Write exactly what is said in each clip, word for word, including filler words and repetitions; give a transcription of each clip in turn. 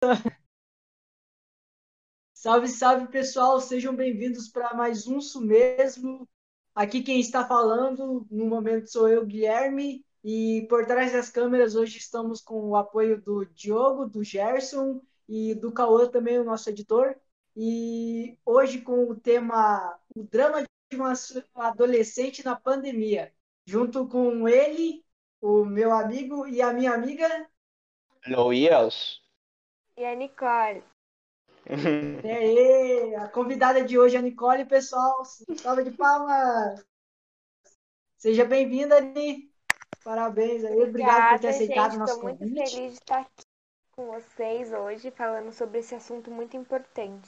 Salve, salve, pessoal! Sejam bem-vindos para mais um Isso Mesmo. Aqui quem está falando no momento sou eu, Guilherme, e por trás das câmeras hoje estamos com o apoio do Diogo, do Gerson e do Cauã também, o nosso editor. E hoje com o tema o drama de uma adolescente na pandemia, junto com ele, o meu amigo e a minha amiga. Loiels. E a Nicole. E aí, a convidada de hoje é a Nicole, pessoal. Salva de palmas! Seja bem-vinda, Ani. Parabéns aí, obrigado por ter Obrigada, aceitado gente. o nosso Estou muito convite. feliz de estar aqui com vocês hoje, falando sobre esse assunto muito importante.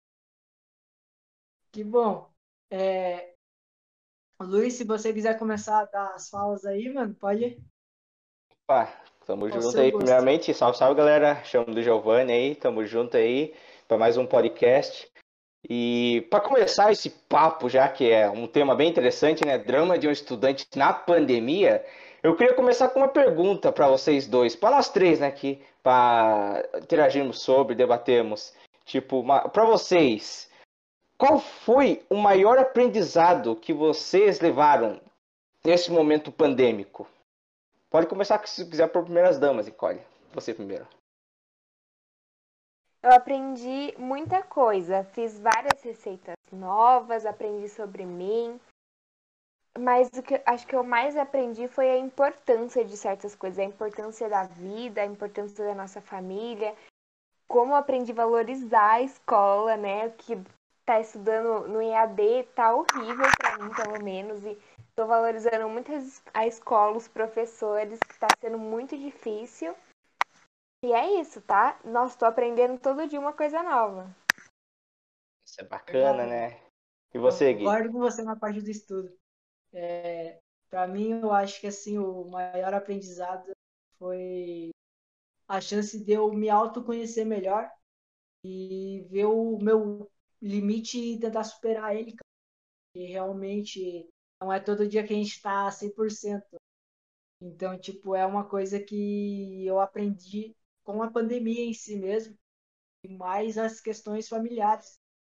Que bom. É... Luiz, se você quiser começar a dar as falas aí, mano, pode. Opa, tamo Ao junto seu aí. gosto. Primeiramente, salve, salve, galera. Chamo do Giovanni aí, tamo junto aí para mais um podcast. E para começar esse papo, já que é um tema bem interessante, né? Drama de um estudante na pandemia. Eu queria começar com uma pergunta para vocês dois, para nós três, né, aqui, para interagirmos sobre, debatermos. Tipo, para vocês, qual foi o maior aprendizado que vocês levaram nesse momento pandêmico? Pode começar, se quiser, por primeiras damas, Nicole. Você primeiro. Eu aprendi muita coisa, fiz várias receitas novas, aprendi sobre mim, mas o que acho que eu mais aprendi foi a importância de certas coisas, a importância da vida, a importância da nossa família, como eu aprendi a valorizar a escola, né? Que tá estudando no E A D tá horrível para mim, pelo menos, e tô valorizando muito a escola, os professores, que tá sendo muito difícil. E é isso, tá? Nossa, tô aprendendo todo dia uma coisa nova. Isso é bacana, Verdade. né? E você, Gui? Concordo com você na parte do estudo. É... Para mim, eu acho que assim, o maior aprendizado foi a chance de eu me autoconhecer melhor e ver o meu limite e tentar superar ele, cara. E realmente não é todo dia que a gente está cem por cento. Então, tipo, é uma coisa que eu aprendi com a pandemia em si mesmo, e mais as questões familiares.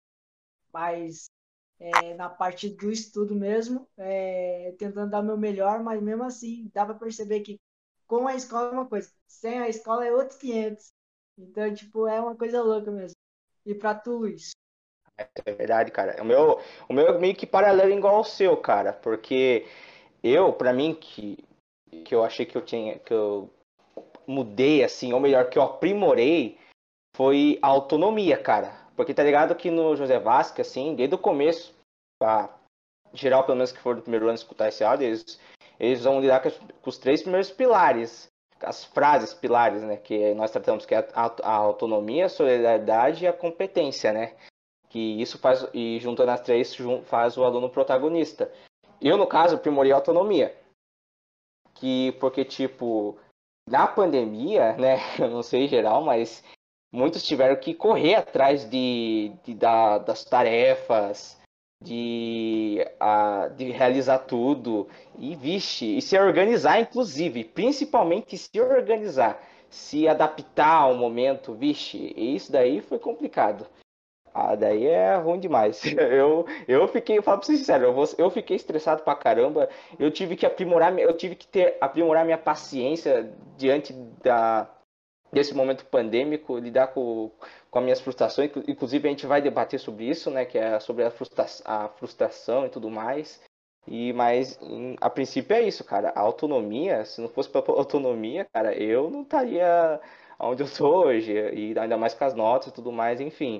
Mas é, na parte do estudo mesmo, é, tentando dar o meu melhor, mas mesmo assim, dá para perceber que com a escola é uma coisa, sem a escola é outros quinhentos. Então, tipo, é uma coisa louca mesmo. E para tu, Luiz? É verdade, cara. O meu, o meu é meio que paralelo igual ao seu, cara. Porque eu, pra mim, que, que eu achei que eu tinha, que eu mudei, assim, ou melhor, que eu aprimorei, foi a autonomia, cara. Porque tá ligado que no José Vasque, assim, desde o começo, pra geral, pelo menos que for do primeiro ano escutar esse áudio, eles, eles vão lidar com, com os três primeiros pilares, as frases pilares, né, que nós tratamos, que é a, a autonomia, a solidariedade e a competência, né, que isso faz, e juntando as três, faz o aluno protagonista. Eu, no caso, primorei a autonomia, que, porque, tipo, na pandemia, né, eu não sei em geral, mas muitos tiveram que correr atrás de, de da, das tarefas, de, a, de realizar tudo e, vixe, e se organizar, inclusive, principalmente se organizar, se adaptar ao momento, vixe, isso daí foi complicado. Ah, daí é ruim demais. Eu, eu fiquei, falo pra ser sincero, eu, vou, eu fiquei estressado pra caramba. Eu tive que aprimorar, eu tive que ter, aprimorar minha paciência diante da, desse momento pandêmico, lidar com, com as minhas frustrações. Inclusive, a gente vai debater sobre isso, né? Que é sobre a, frustra a frustração e tudo mais. E, mas, em, a princípio é isso, cara. A autonomia, se não fosse pela autonomia, cara, eu não estaria onde eu sou hoje. E ainda mais com as notas e tudo mais, enfim.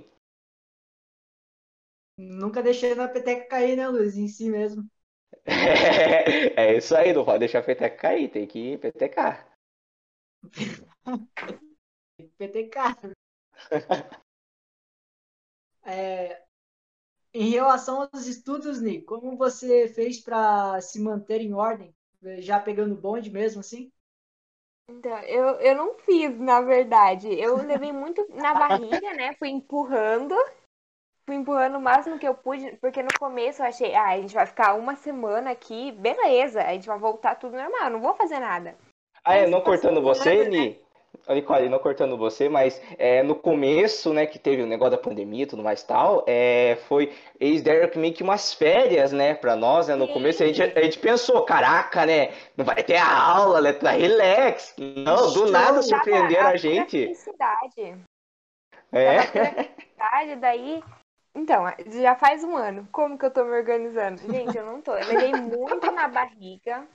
Nunca deixei na peteca cair, né, Luiz? Em si mesmo. É, é isso aí, não pode deixar a peteca cair, tem que petecar. P T K. É, em relação aos estudos, Nick, como você fez para se manter em ordem? Já pegando bonde mesmo, assim? Então, eu, eu não fiz, na verdade. Eu levei muito na barriga, né? Fui empurrando. Fui empurrando o máximo que eu pude, porque no começo eu achei, ah, a gente vai ficar uma semana aqui, beleza, a gente vai voltar tudo normal, não vou fazer nada. Ah, Aí é, se não passou cortando um você, ano, né? Ni? Nicole, não cortando você, mas é, no começo, né, que teve o negócio da pandemia e tudo mais e tal, é, foi, eles deram meio que umas férias, né, pra nós, né, no começo a gente, Sim, a gente pensou, caraca, né, não vai ter a aula, né, tá relax. Que Não, do nada show! tava surpreenderam a a pura gente. felicidade. Tava a pura É, felicidade, daí. Então, já faz um ano. Como que eu tô me organizando? Gente, eu não tô. Eu levei muito na barriga.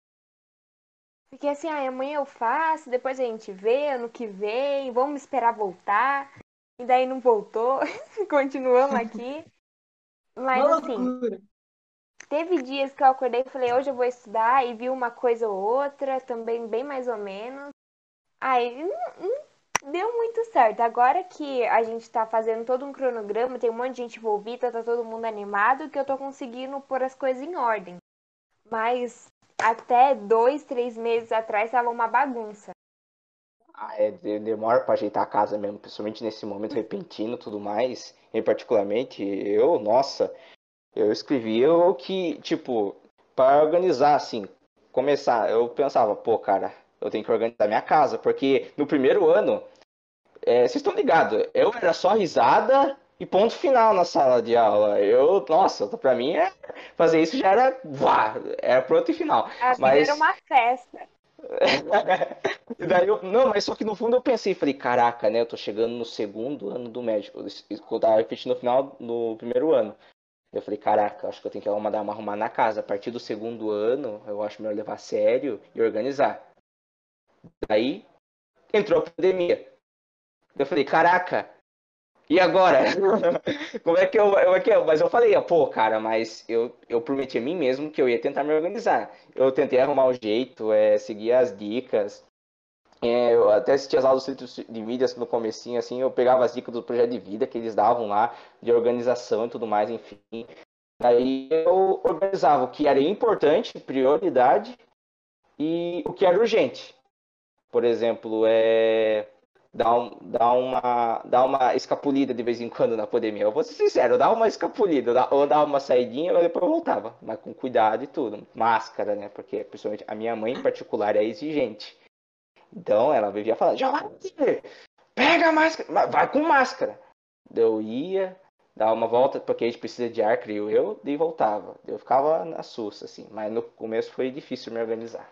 Fiquei assim, ah, amanhã eu faço, depois a gente vê, ano que vem, vamos esperar voltar. E daí não voltou, continuamos aqui. Uma Mas assim, loucura. teve dias que eu acordei e falei, hoje eu vou estudar, e vi uma coisa ou outra, também bem mais ou menos. Aí não, não deu muito certo. Agora que a gente tá fazendo todo um cronograma, tem um monte de gente envolvida, tá todo mundo animado, que eu tô conseguindo pôr as coisas em ordem. Mas até dois, três meses atrás tava uma bagunça. Ah, é, de- demora pra ajeitar a casa mesmo, principalmente nesse momento repentino e tudo mais. E particularmente, eu, nossa, eu escrevi o que, tipo, para organizar, assim, começar, eu pensava, pô, cara, eu tenho que organizar minha casa, porque no primeiro ano, é, vocês estão ligados, eu era só risada e ponto final na sala de aula. Eu, nossa, pra mim, é, fazer isso já era, vá, era pronto e final. A vida era Mas uma festa. e daí eu, não, mas só que no fundo eu pensei, falei, caraca, né? Eu tô chegando no segundo ano do médico. Eu tava repetindo no final, no primeiro ano. Eu falei, caraca, acho que eu tenho que arrumar, dar uma arrumar na casa. A partir do segundo ano, eu acho melhor levar a sério e organizar. Daí entrou a pandemia. Eu falei, caraca, e agora? Como é que eu, eu, é que eu- Mas eu falei, ah, pô, cara, mas eu, eu prometi a mim mesmo que eu ia tentar me organizar. Eu tentei arrumar o jeito, é, seguir as dicas. É, eu até assisti as aulas do Centro de Mídias no comecinho, assim, eu pegava as dicas do projeto de vida que eles davam lá, de organização e tudo mais, enfim. Aí eu organizava o que era importante, prioridade, e o que era urgente. Por exemplo, é dar, um, dar, uma, dar uma escapulida de vez em quando na pandemia. Eu vou ser sincero, eu dava uma escapulida, ou dava uma saidinha, mas depois eu voltava. Mas com cuidado e tudo. Máscara, né? Porque, principalmente, a minha mãe em particular é exigente. Então ela vivia falando, Giovanni, pega a máscara, vai com máscara. Eu ia, dava uma volta, porque a gente precisa de ar, creio eu, e voltava. Eu ficava na sussa, assim, mas no começo foi difícil me organizar.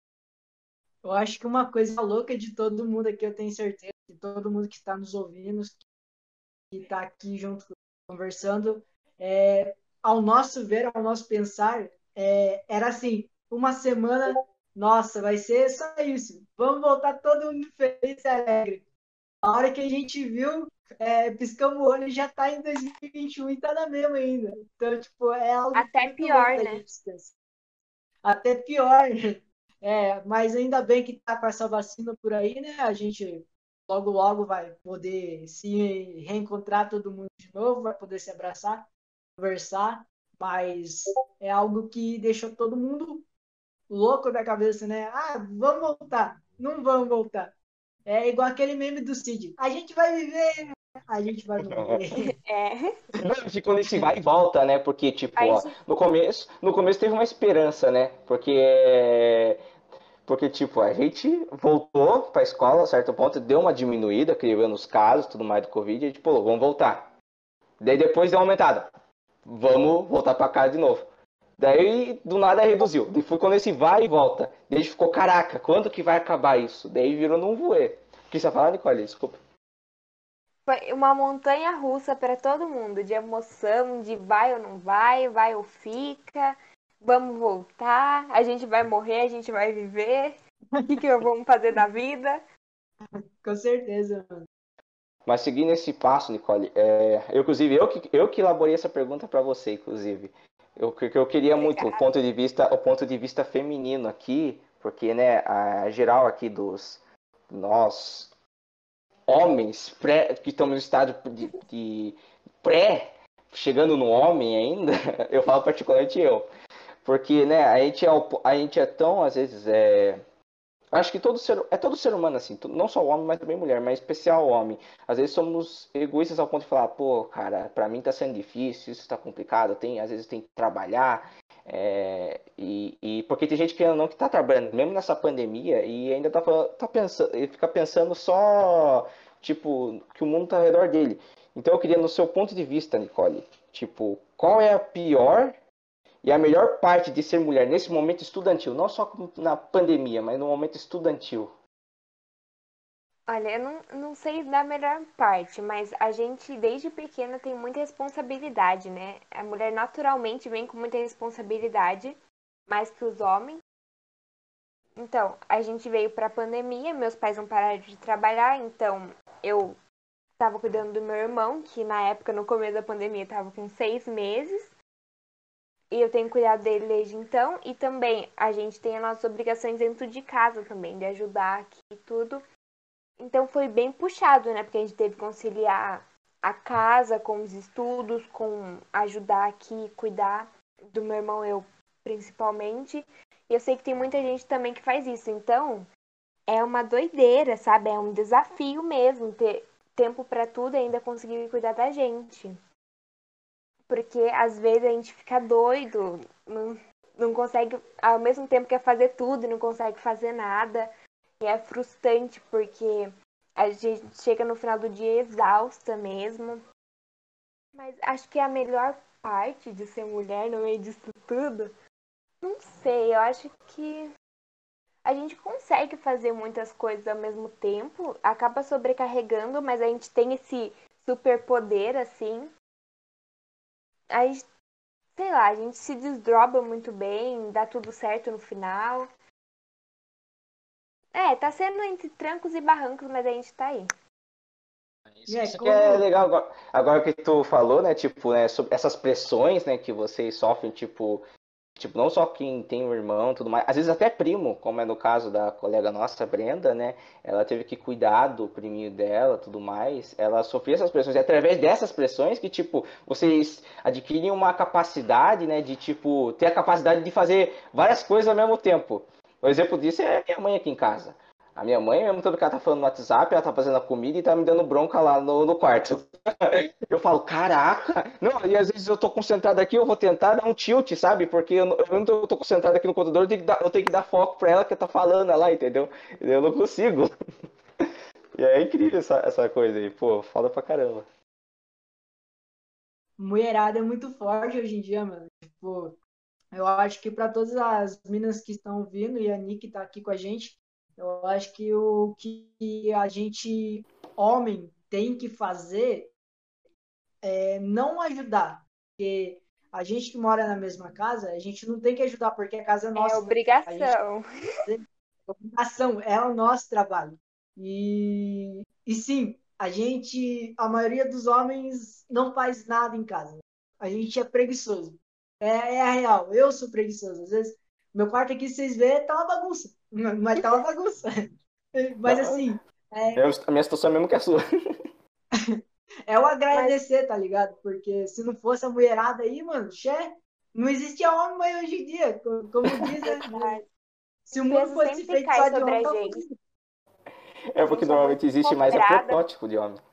Eu acho que uma coisa louca de todo mundo aqui, eu tenho certeza, de todo mundo que está nos ouvindo, que está aqui junto conversando, é, ao nosso ver, ao nosso pensar, é, era assim, uma semana, nossa, vai ser só isso. Vamos voltar todo mundo feliz e alegre. A hora que a gente viu, é, piscamos o olho e já está em dois mil e vinte e um e está na mesma ainda. Então, tipo, é algo Até muito louco pior, da né? gente pensar. Até pior, é, mas ainda bem que está com essa vacina por aí, né? A gente logo, logo vai poder se reencontrar todo mundo de novo, vai poder se abraçar, conversar, mas é algo que deixou todo mundo louco da cabeça, né? Ah, vamos voltar, não vamos voltar. É igual aquele meme do Cid. A gente vai viver, a gente vai morrer. É. Não, ficou nesse vai e volta, né? Porque, tipo, Aí, ó, gente, no começo, no começo teve uma esperança, né? Porque, é, porque tipo, a gente voltou pra escola a certo ponto, deu uma diminuída, criando os casos, tudo mais do Covid, e a gente, pô, vamos voltar. Daí depois deu uma aumentada. Vamos voltar pra casa de novo. Daí, do nada, reduziu. Daí foi quando esse vai e volta. Daí a gente ficou, caraca, quando que vai acabar isso? Daí virou num voê. O que você ia falar, Nicole? Desculpa. foi uma montanha russa para todo mundo, de emoção, de vai ou não vai, vai ou fica, vamos voltar, a gente vai morrer, a gente vai viver, o que, que vamos fazer da vida? Com certeza. Mas seguindo esse passo, Nicole, é, eu, inclusive, eu que, eu que elaborei essa pergunta para você, inclusive. Eu, que eu queria muito o Obrigada. ponto de vista, o ponto de vista feminino aqui, porque, né, a geral aqui dos nós homens pré, que estamos no estado de, de pré, chegando no homem ainda, eu falo particularmente eu, porque, né, a gente é, a gente é tão, às vezes, é, acho que todo ser, é todo ser humano assim, não só o homem, mas também mulher, mas em especial o homem. Às vezes somos egoístas ao ponto de falar, pô, cara, pra mim tá sendo difícil, isso tá complicado, tem, às vezes tem que trabalhar, É, e, e porque tem gente que não que tá trabalhando, mesmo nessa pandemia, e ainda tá, tá pensando, ele fica pensando só, tipo, que o mundo tá ao redor dele. Então eu queria, no seu ponto de vista, Nicole, tipo, qual é a pior e a melhor parte de ser mulher nesse momento estudantil? Não só na pandemia, mas no momento estudantil. Olha, eu não, não sei da melhor parte, mas a gente desde pequena tem muita responsabilidade, né? A mulher naturalmente vem com muita responsabilidade, mais que os homens. Então, a gente veio pra pandemia, meus pais não pararam de trabalhar, então eu estava cuidando do meu irmão, que na época, no começo da pandemia, estava com seis meses. E eu tenho cuidado dele desde então. E também a gente tem as nossas obrigações dentro de casa também, de ajudar aqui e tudo. Então foi bem puxado, né? Porque a gente teve que conciliar a casa com os estudos, com ajudar aqui, cuidar do meu irmão, eu principalmente. E eu sei que tem muita gente também que faz isso. Então é uma doideira, sabe? É um desafio mesmo ter tempo para tudo e ainda conseguir cuidar da gente. Porque às vezes a gente fica doido, não, não consegue, ao mesmo tempo quer fazer tudo e não consegue fazer nada. E é frustrante porque a gente chega no final do dia exausta mesmo. Mas acho que a melhor parte de ser mulher no meio disso tudo, não sei, eu acho que a gente consegue fazer muitas coisas ao mesmo tempo, acaba sobrecarregando, mas a gente tem esse superpoder assim. A gente, sei lá, a gente se desdobra muito bem, dá tudo certo no final. É, tá sendo entre trancos e barrancos, mas a gente tá aí. Isso, E é isso que é como. legal agora, agora que tu falou, né? Tipo, né, sobre essas pressões, né, que vocês sofrem, tipo, tipo, não só quem tem um irmão, e tudo mais, às vezes até primo, como é no caso da colega nossa, Brenda, né? Ela teve que cuidar do priminho dela, tudo mais. Ela sofria essas pressões. E é através dessas pressões que, tipo, vocês adquirem uma capacidade, né, de tipo ter a capacidade de fazer várias coisas ao mesmo tempo. O exemplo disso é a minha mãe aqui em casa. A minha mãe, mesmo todo que ela tá falando no WhatsApp, ela tá fazendo a comida e tá me dando bronca lá no, no quarto. Eu falo, caraca! Não, e às vezes eu tô concentrado aqui, eu vou tentar dar um tilt, sabe? Porque eu não, eu não tô, eu tô concentrado aqui no computador, eu tenho, que dar, eu tenho que dar foco pra ela que tá falando lá, entendeu? Eu não consigo. E é incrível essa, essa coisa aí, pô, foda pra caramba. Mulherada é muito forte hoje em dia, mano. Tipo, eu acho que para todas as minas que estão vindo e a Nick tá aqui com a gente, eu acho que o que a gente, homem, tem que fazer é não ajudar. Porque a gente que mora na mesma casa, a gente não tem que ajudar porque a casa é É nossa. A gente obrigação. tem obrigação, é o nosso trabalho. E, e sim, a gente, a maioria dos homens não faz nada em casa. A gente é preguiçoso. É, é a real. Eu sou preguiçoso. Às vezes, meu quarto aqui, vocês verem, tá uma bagunça. Mas tá uma bagunça. Mas Não, assim, é, eu- a minha situação é mesmo que a sua. é o Mas agradecer, tá ligado? Porque se não fosse a mulherada aí, mano, xé, não existia homem mais hoje em dia. Co- Como diz, né? verdade, Se o o mundo peso fosse sempre feito cai só de sobre homem, a tava gente. fodido. É A porque gente é muito normalmente existe mais é cobrada. protótipo de homem.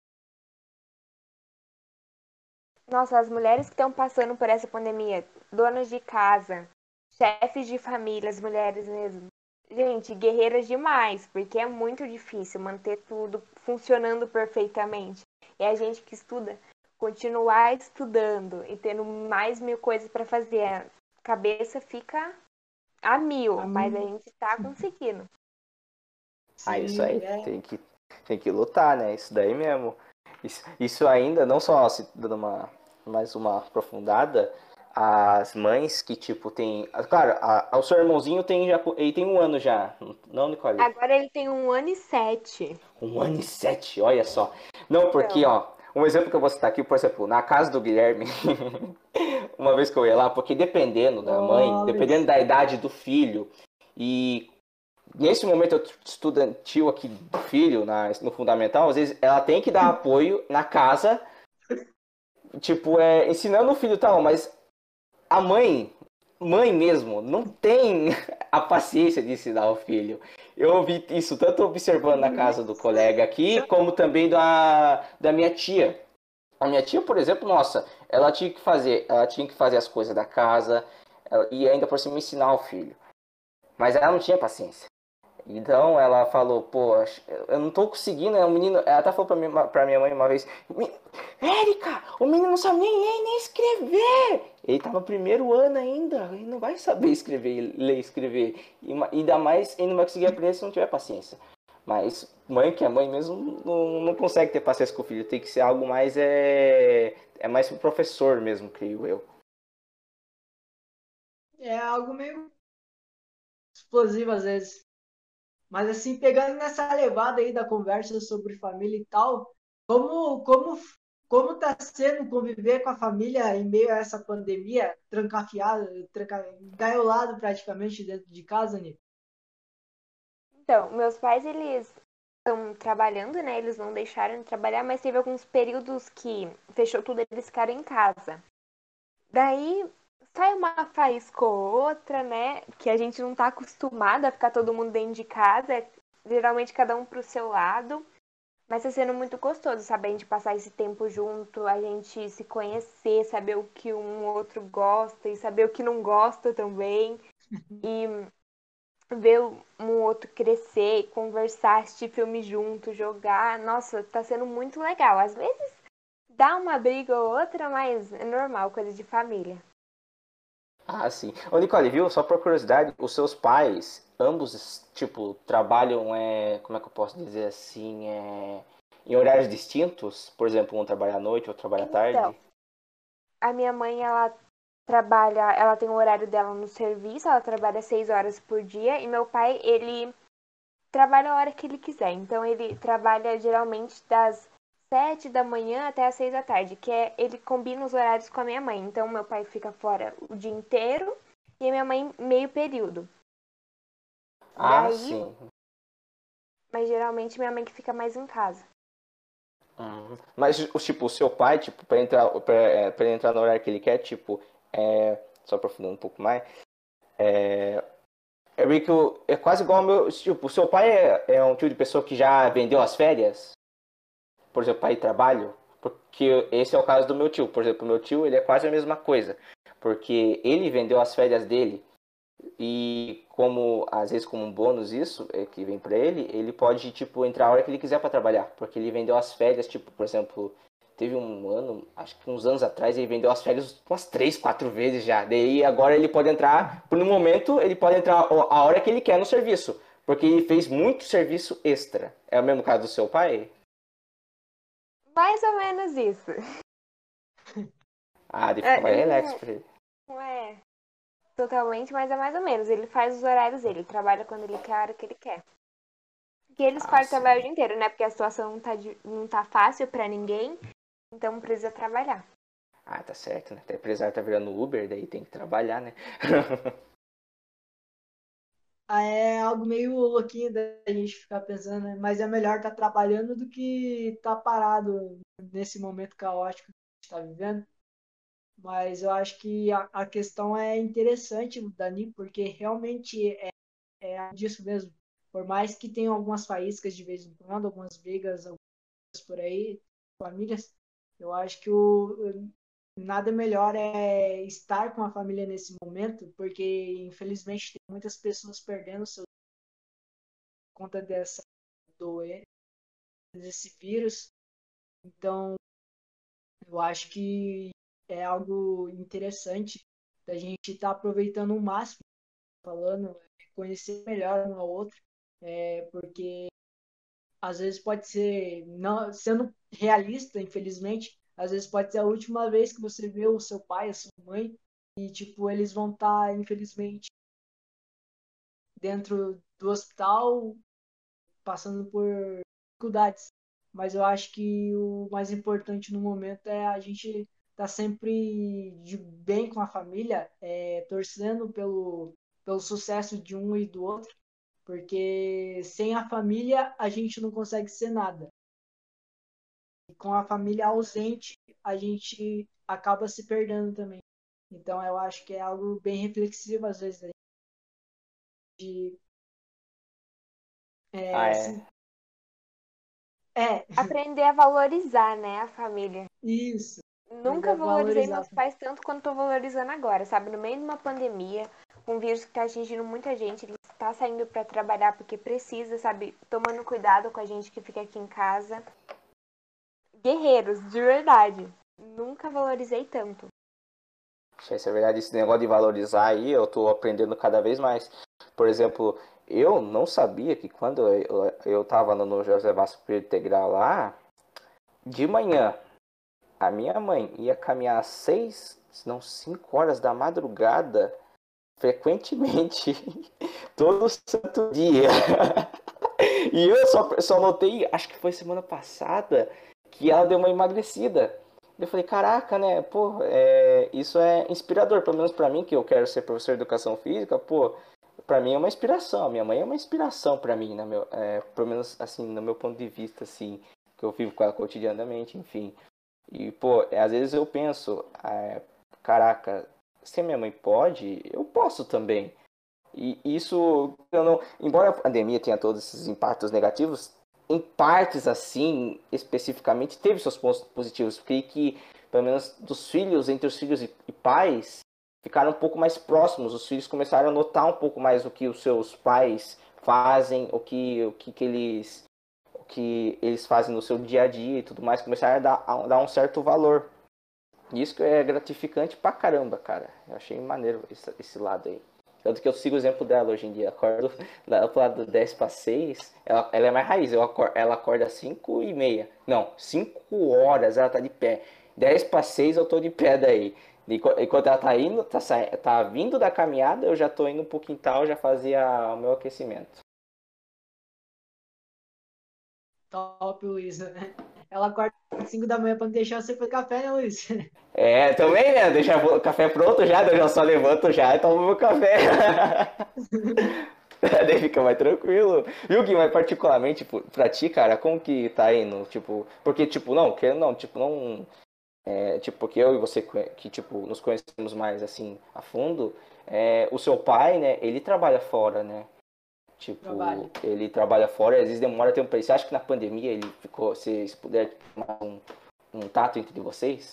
Nossa, as mulheres que estão passando por essa pandemia, donas de casa, chefes de família, as mulheres mesmo. Gente, guerreiras demais, porque é muito difícil manter tudo funcionando perfeitamente. E a gente que estuda, continuar estudando e tendo mais mil coisas para fazer, a cabeça fica a A mil, mas a mim, gente tá conseguindo. Ah, isso aí, sim, é. tem que, tem que lutar, né? Isso daí mesmo. Isso, isso ainda, não só se dando uma, mais uma aprofundada, as mães que, tipo, tem. Claro, a, o seu irmãozinho tem, já, ele tem um ano já, não, Nicole? Agora ele tem um ano e sete. Um ano e sete, olha só. Não, porque, Então, ó, um exemplo que eu vou citar aqui, por exemplo, na casa do Guilherme, uma vez que eu ia lá, porque dependendo da mãe, dependendo Olha, da idade do filho, e nesse momento estudantil aqui do filho, na, no fundamental, às vezes ela tem que dar apoio na casa, tipo, é, ensinando o filho tal, mas a mãe, mãe mesmo, não tem a paciência de ensinar o filho. Eu ouvi isso tanto observando na casa do colega aqui, como também da, da minha tia. A minha tia, por exemplo, nossa, ela tinha que fazer, ela tinha que fazer as coisas da casa, ela, e ainda por cima ensinar o filho. Mas ela não tinha paciência. Então ela falou, pô, eu não tô conseguindo, né? O menino, ela até falou pra minha, pra minha mãe uma vez, Érica, o menino não sabe nem ler nem escrever. Ele tá no primeiro ano ainda, ele não vai saber escrever, ler e escrever. E ainda mais, ele não vai conseguir aprender se não tiver paciência. Mas mãe que é mãe mesmo não, não consegue ter paciência com o filho, tem que ser algo mais, é, é mais pro professor mesmo, creio eu. É algo meio explosivo às vezes. Mas assim, pegando nessa levada aí da conversa sobre família e tal, como como como tá sendo conviver com a família em meio a essa pandemia, trancafiado, tranca, engaiolado praticamente dentro de casa, né? Então, meus pais, eles estão trabalhando, né? Eles não deixaram de trabalhar, mas teve alguns períodos que fechou tudo, eles ficaram em casa. Daí sai uma faísca ou outra, né? Que a gente não tá acostumado a ficar todo mundo dentro de casa. É geralmente cada um pro seu lado. Mas tá sendo muito gostoso, saber a gente passar esse tempo junto, a gente se conhecer, saber o que um outro gosta e saber o que não gosta também. E ver um outro crescer, conversar, assistir filme junto, jogar. Nossa, tá sendo muito legal. Às vezes dá uma briga ou outra, mas é normal, coisa de família. Ah, sim. Ô, Nicole, viu? Só por curiosidade, os seus pais, ambos, tipo, trabalham, é, como é que eu posso dizer assim, é, em horários distintos? Por exemplo, um trabalha à noite, outro trabalha à Então, tarde? a minha mãe, ela trabalha, ela tem o horário dela no serviço, ela trabalha seis horas por dia, e meu pai, ele trabalha a hora que ele quiser. Então, ele trabalha geralmente das sete da manhã até as seis da tarde, que é, ele combina os horários com a minha mãe. Então, meu pai fica fora o dia inteiro e a minha mãe meio período. Ah, Daí, sim. mas geralmente minha mãe que fica mais em casa. Uhum. Mas, o- tipo, o seu pai, tipo, pra entrar, pra, é, pra ele entrar no horário que ele quer, tipo, é, só aprofundando um pouco mais, é meio que o- é quase igual ao meu, tipo, o seu pai é, é um tipo de pessoa que já vendeu as férias? Por exemplo, para ir trabalho, porque esse é o caso do meu tio. Por exemplo, o meu tio, ele é quase a mesma coisa, porque ele vendeu as férias dele e como às vezes como um bônus isso é que vem para ele, ele pode tipo entrar a hora que ele quiser para trabalhar, porque ele vendeu as férias, tipo, por exemplo, teve um ano, acho que uns anos atrás, ele vendeu as férias umas três, quatro vezes já. Daí agora ele pode entrar, por um momento, ele pode entrar a hora que ele quer no serviço, porque ele fez muito serviço extra. É o mesmo caso do seu pai? Mais ou menos isso. Ah, ele fica É, mais relax não, pra ele. não é totalmente, mas é mais ou menos. Ele faz os horários dele, ele trabalha quando ele quer, a hora que ele quer. Que eles Ah, podem trabalhar o sim. dia inteiro, né? Porque a situação não tá, não tá fácil pra ninguém, então precisa trabalhar. Ah, tá certo, né? Até empresário tá virando Uber, daí tem que trabalhar, né? Ah, é algo meio louquinho da gente ficar pensando, né? Mas é melhor estar trabalhando do que estar parado nesse momento caótico que a gente está vivendo. Mas eu acho que a, a questão é interessante, Dani, porque realmente é, é disso mesmo. Por mais que tenham algumas faíscas de vez em quando, algumas brigas algumas por aí, famílias, eu acho que o, nada melhor é estar com a família nesse momento, porque infelizmente tem muitas pessoas perdendo seu por conta dessa doença, desse vírus. Então, eu acho que é algo interessante da gente estar tá aproveitando o máximo, falando, conhecer melhor um ao outro, é, porque às vezes pode ser, não, sendo realista, infelizmente, às vezes pode ser a última vez que você vê o seu pai, a sua mãe, e tipo, eles vão estar, tá, infelizmente, dentro do hospital, passando por dificuldades. Mas eu acho que o mais importante no momento é a gente estar tá sempre de bem com a família, é, torcendo pelo, pelo sucesso de um e do outro, porque sem a família a gente não consegue ser nada. E com a família ausente, a gente acaba se perdendo também. Então eu acho que é algo bem reflexivo às vezes de Ah, é, é. se, é Aprender a valorizar, né, a família. isso. Nunca valorizei valorizar. meus pais tanto quanto tô valorizando agora, sabe? No meio de uma pandemia, com um vírus que tá atingindo muita gente, ele tá saindo pra trabalhar porque precisa, sabe? Tomando cuidado com a gente que fica aqui em casa. Guerreiros, de verdade. Nunca valorizei tanto. Isso é verdade, esse negócio de valorizar aí, eu tô aprendendo cada vez mais. Por exemplo, eu não sabia que quando eu, eu tava no José Vasco Pereira Integral lá, de manhã, a minha mãe ia caminhar às seis, se não cinco horas da madrugada, frequentemente, todo santo dia. E eu só, só notei, acho que foi semana passada, que ela deu uma emagrecida. Eu falei, caraca, né, pô, é, isso é inspirador, pelo menos pra mim, que eu quero ser professor de educação física, pô, pra mim é uma inspiração, minha mãe é uma inspiração pra mim, né, meu, é, pelo menos, assim, no meu ponto de vista, assim, que eu vivo com ela cotidianamente, enfim. E, pô, é, às vezes eu penso, é, caraca, se a minha mãe pode, eu posso também. E isso, eu não, embora a pandemia tenha todos esses impactos negativos, em partes assim, especificamente, teve seus pontos positivos. Porque que, pelo menos dos filhos, entre os filhos e, e pais, ficaram um pouco mais próximos. Os filhos começaram a notar um pouco mais o que os seus pais fazem, o que, o que, que eles, o que eles fazem no seu dia a dia e tudo mais. Começaram a dar, a dar um certo valor. E isso que é gratificante pra caramba, cara. Eu achei maneiro esse, esse lado aí. Tanto que eu sigo o exemplo dela hoje em dia. Acordo lá pro lado do dez para seis. Ela, ela é mais raiz. Eu acordo, ela acorda às cinco e meia. Não, cinco horas ela tá de pé. dez para seis eu tô de pé daí. Enquanto ela tá indo, tá, sa... tá vindo da caminhada, eu já tô indo pro quintal, já fazia o meu aquecimento. Top, Luiz. Ela acorda às cinco da manhã pra não deixar você fazer café, né, Luiz? É, também, né? Deixar o café pronto já, eu já só levanto já e tomo meu café. Daí fica mais tranquilo. Viu, Gui, mas particularmente tipo, pra ti, cara, como que tá indo? Tipo, porque, tipo, não, que não, tipo, não. É, tipo, porque eu e você que, tipo, nos conhecemos mais assim a fundo, é, o seu pai, né, ele trabalha fora, né? Tipo, Trabalho. ele trabalha fora e às vezes demora tempo pra isso. Você acha que na pandemia ele ficou, se puder tomar um, um tato entre vocês?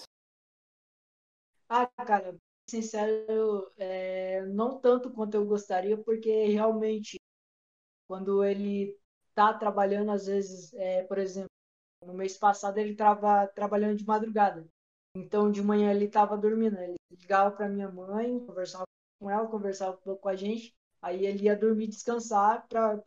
Ah, cara, sincero, é, não tanto quanto eu gostaria, porque realmente, quando ele tá trabalhando, às vezes, é, por exemplo, no mês passado ele estava trabalhando de madrugada. Então, de manhã ele estava dormindo. Ele ligava para minha mãe, conversava com ela, conversava um pouco com a gente. Aí ele ia dormir, descansar para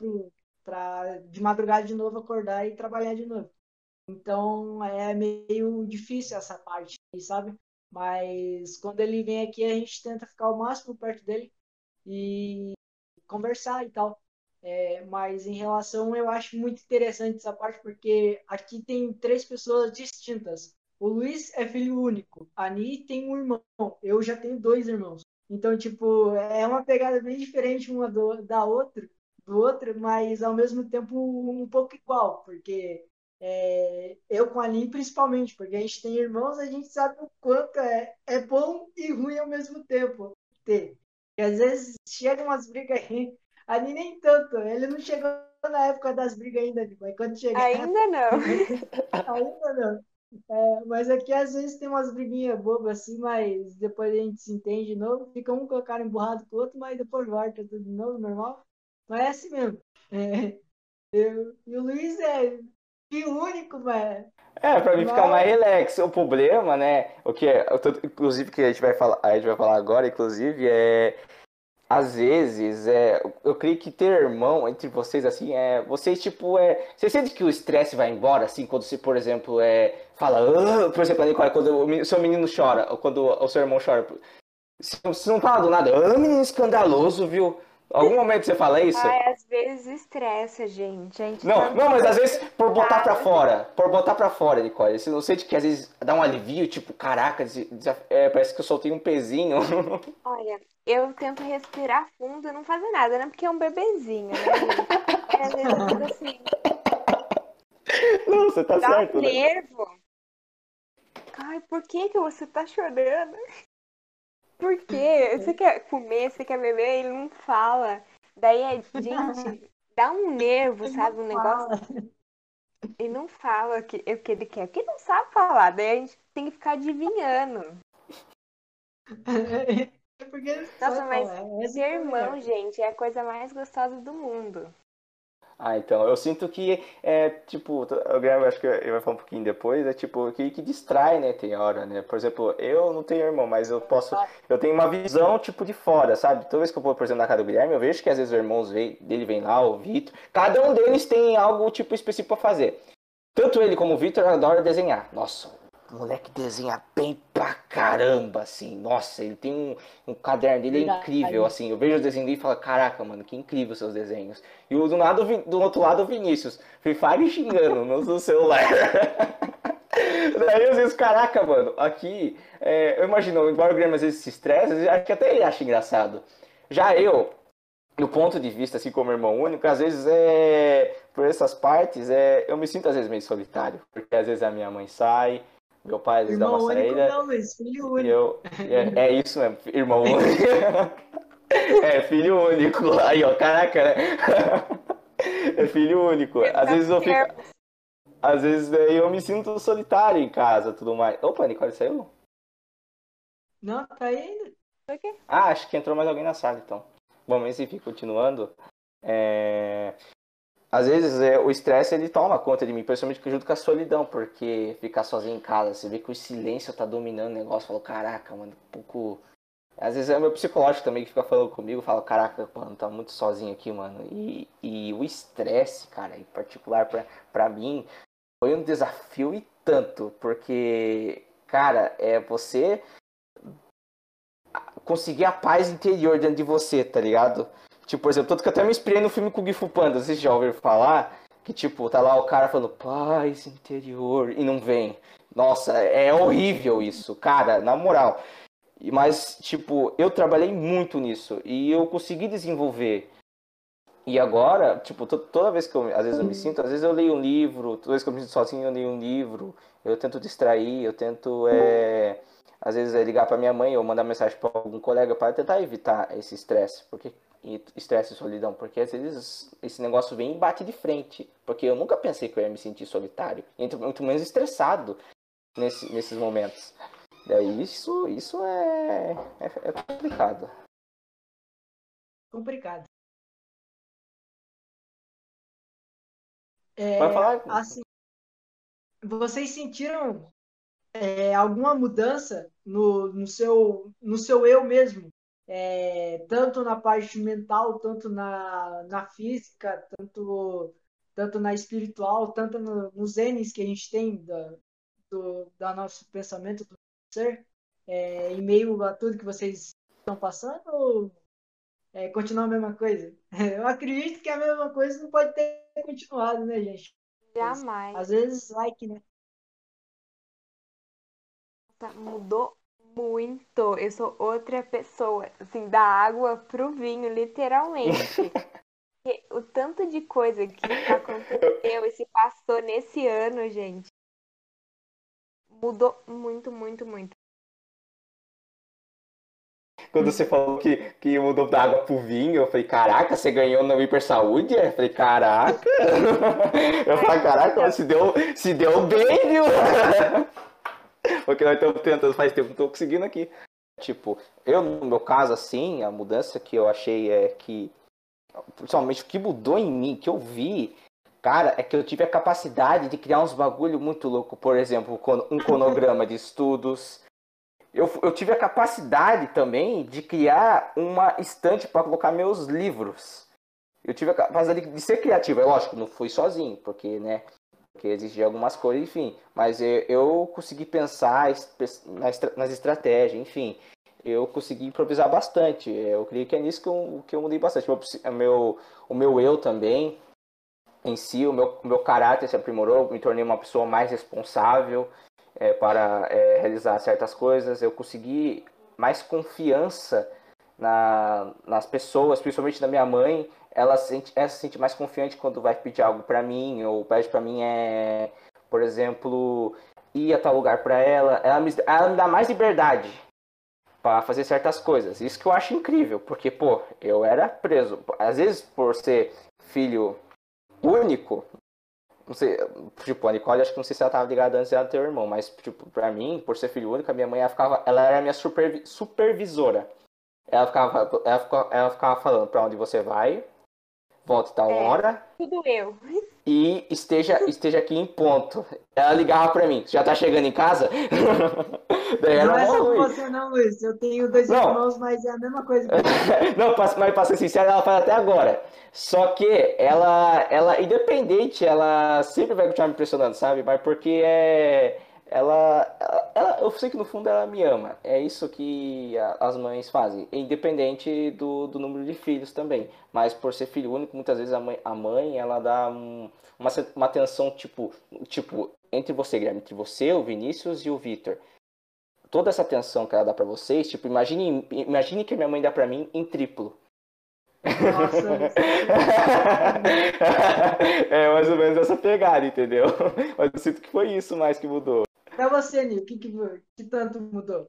de madrugada de novo acordar e trabalhar de novo. Então, é meio difícil essa parte, sabe? Mas quando ele vem aqui, a gente tenta ficar o máximo perto dele e conversar e tal. É, mas em relação, eu acho muito interessante essa parte, porque aqui tem três pessoas distintas. O Luiz é filho único, a Ani tem um irmão, eu já tenho dois irmãos. Então, tipo, é uma pegada bem diferente uma do, da outra, do outro, mas ao mesmo tempo um pouco igual, porque é, eu com a Ani principalmente, porque a gente tem irmãos, a gente sabe o quanto é, é bom e ruim ao mesmo tempo ter. E às vezes chegam umas brigas aí, ali nem tanto, ele não chegou na época das brigas ainda, mas quando chegar, Ainda não. ainda não. É, mas aqui às vezes tem umas briguinhas bobas assim, mas depois a gente se entende de novo, fica um com a cara emburrado com o outro, mas depois volta tudo de novo, normal. Mas é assim mesmo. É, eu, e o Luiz é filho único, mas, É, pra mim ficar mais mas relax. O problema, né? O que é, eu tô- inclusive que a gente vai falar, a gente vai falar agora, inclusive, é às vezes, é, eu creio que ter irmão entre vocês assim é, vocês tipo é, você sente que o estresse vai embora assim quando você, por exemplo, é fala, "Ah", por exemplo, a Nicole, quando o meni- seu menino chora, ou quando o seu irmão chora, se você não fala do nada, ah, menino escandaloso, viu? Algum momento você fala isso? Ai, às vezes estressa, gente. A gente Não, tá não, mas às vezes por botar pra cansada. fora, por botar pra fora, Nicole. Você não sente que às vezes dá um alivio, tipo, caraca, desa- desa- é, parece que eu soltei um pezinho. Olha, eu tento respirar fundo e não fazer nada, né? Porque é um bebezinho, né, gente? Aí, às vezes eu fico assim, Não, você tá dá certo, um né? nervo. Ai, por que que você tá chorando? Por quê? Você quer comer, você quer beber, ele não fala. Daí, é, gente, dá um nervo, ele sabe? não Um negócio fala. e não fala o que, o que ele quer, porque não sabe falar, daí a gente tem que ficar adivinhando. É porque ele não Nossa, sabe mas falar. Essa ter que é a irmão, melhor. gente, é a coisa mais gostosa do mundo. Ah, então, eu sinto que é, tipo, o Guilherme, acho que ele vai falar um pouquinho depois, é tipo, que, que distrai, né, tem hora, né? Por exemplo, eu não tenho irmão, mas eu posso, eu tenho uma visão, tipo, de fora, sabe? Toda vez que eu vou, por exemplo, na casa do Guilherme, eu vejo que às vezes os irmãos vem- dele vêm lá, o Vitor, cada um deles tem algo, tipo, específico pra fazer. Tanto ele como o Vitor adoram desenhar. Nossa, o moleque desenha bem pra caramba, assim. Nossa, ele tem um, um caderno dele é incrível, Verdade. assim. Eu vejo o desenho dele e falo, caraca, mano, que incrível os seus desenhos. E o do, lado, do outro lado, o Vinícius. Free Fire xingando no, no celular. Daí às vezes, caraca, mano, aqui, é, eu imagino, embora o Guilherme às vezes se estresse, acho que até ele acha engraçado. Já eu, do ponto de vista, assim, como irmão único, às vezes é. Por essas partes, é, eu me sinto às vezes meio solitário. Porque às vezes a minha mãe sai, meu pai às vezes dá uma Irmão único saída, não, Luiz. Filho e único. eu. e É, é isso mesmo, irmão único. É, filho único. Aí, ó, caraca, né? É filho único. Às vezes eu fico. Às vezes daí eu me sinto solitário em casa tudo mais. Opa, Nicole saiu? Não, tá aí ainda. Por quê? Ah, acho que entrou mais alguém na sala então. Bom, mas enfim, continuando. É... Às vezes é, o estresse ele toma conta de mim, principalmente junto com a solidão, porque ficar sozinho em casa, você vê que o silêncio tá dominando o negócio, fala, caraca, mano, um pouco. Às vezes é o meu psicológico também que fica falando comigo, fala, caraca, mano, tá muito sozinho aqui, mano. E, e o estresse, cara, em particular pra, pra mim, foi um desafio e tanto, porque, cara, é você conseguir a paz interior dentro de você, tá ligado? Tipo, por exemplo, tanto que eu até me inspirei no filme com o Kung Fu Panda, vocês já ouviram falar? Que, tipo, tá lá o cara falando paz interior e não vem. Nossa, é horrível isso, cara, na moral. Mas, tipo, eu trabalhei muito nisso e eu consegui desenvolver. E agora, tipo, to- toda vez que eu, às vezes eu me sinto, às vezes eu leio um livro, toda vez que eu me sinto sozinho eu leio um livro, eu tento distrair, eu tento, é, às vezes, é ligar para minha mãe ou mandar mensagem para algum colega para tentar evitar esse estresse, porque e estresse e solidão, porque às vezes esse negócio vem e bate de frente, porque eu nunca pensei que eu ia me sentir solitário, e muito muito menos estressado nesse, nesses momentos. Daí isso, isso é, é, é complicado. Complicado. Pode É, falar? assim, vocês sentiram é, alguma mudança no, no seu, no seu eu mesmo? É, tanto na parte mental, tanto na, na física, tanto, tanto na espiritual, tanto no, nos genes que a gente tem da, do da nosso pensamento, do ser, é, em meio a tudo que vocês estão passando, ou é, continua a mesma coisa? Eu acredito que a mesma coisa não pode ter continuado, né, gente? Mas, Jamais. às vezes, like, né? Tá, mudou muito. Eu sou outra pessoa. Assim, da água pro vinho, literalmente. Porque o tanto de coisa que aconteceu e se passou nesse ano, gente, mudou muito, muito, muito. Quando você falou que, que mudou da água pro vinho, eu falei, caraca, você ganhou no Hiper Saúde? Eu falei, caraca. Eu falei, caraca, mas se deu, se deu bem, viu? Porque nós estamos tentando faz tempo, não estou conseguindo aqui. Tipo, eu, no meu caso, assim, a mudança que eu achei é que, principalmente o que mudou em mim, que eu vi, cara, é que eu tive a capacidade de criar uns bagulho muito louco. Por exemplo, um cronograma de estudos. Eu, eu tive a capacidade também de criar uma estante para colocar meus livros. Eu tive a capacidade de ser criativo. É lógico, não fui sozinho, porque, né, porque exigia algumas coisas, enfim. Mas eu, eu consegui pensar nas, nas estratégias, enfim. Eu consegui improvisar bastante. Eu creio que é nisso que eu, que eu mudei bastante. O meu, o meu eu também, em si, o meu, o meu caráter se aprimorou. Me tornei uma pessoa mais responsável é, para é, realizar certas coisas. Eu consegui mais confiança na, nas pessoas, principalmente da minha mãe. Ela, sente, ela se sente mais confiante quando vai pedir algo para mim, ou pede para mim, é, por exemplo, ir a tal lugar para ela. Ela me, ela me dá mais liberdade para fazer certas coisas. Isso que eu acho incrível, porque, pô, eu era preso. Às vezes, por ser filho único, não sei, tipo, a Nicole, acho que não sei se ela tava ligada antes dela ter o irmão, mas, tipo, pra mim, por ser filho único, a minha mãe, ela ficava, ela era a minha supervi- supervisora. Ela ficava, ela ficava, ela ficava falando pra onde você vai, volte tal É, hora tudo eu. e esteja, esteja aqui em ponto. Ela ligava pra mim, já tá chegando em casa? Daí Não era é mó só com ruim. você não, Luiz. Eu tenho dois Não, irmãos, mas é a mesma coisa comigo. não, pra- mas pra ser sincero, ela faz até agora. Só que ela, ela, independente, ela sempre vai continuar me impressionando, sabe? Mas porque é. Ela, ela, ela- eu sei que no fundo ela me ama. É isso que a- as mães fazem, independente do, do número de filhos também. Mas por ser filho único, muitas vezes a mãe, a mãe ela dá um- uma, se- uma atenção tipo, tipo, entre você, Guilherme, entre você, o Vinícius e o Vitor. Toda essa atenção que ela dá pra vocês, tipo, imagine, imagine que a minha mãe dá pra mim em triplo. Nossa, Luiz, tá demais. É mais ou menos essa pegada, entendeu? Mas eu sinto que foi isso mais que mudou. Pra você, Nil, o que, que, que tanto mudou?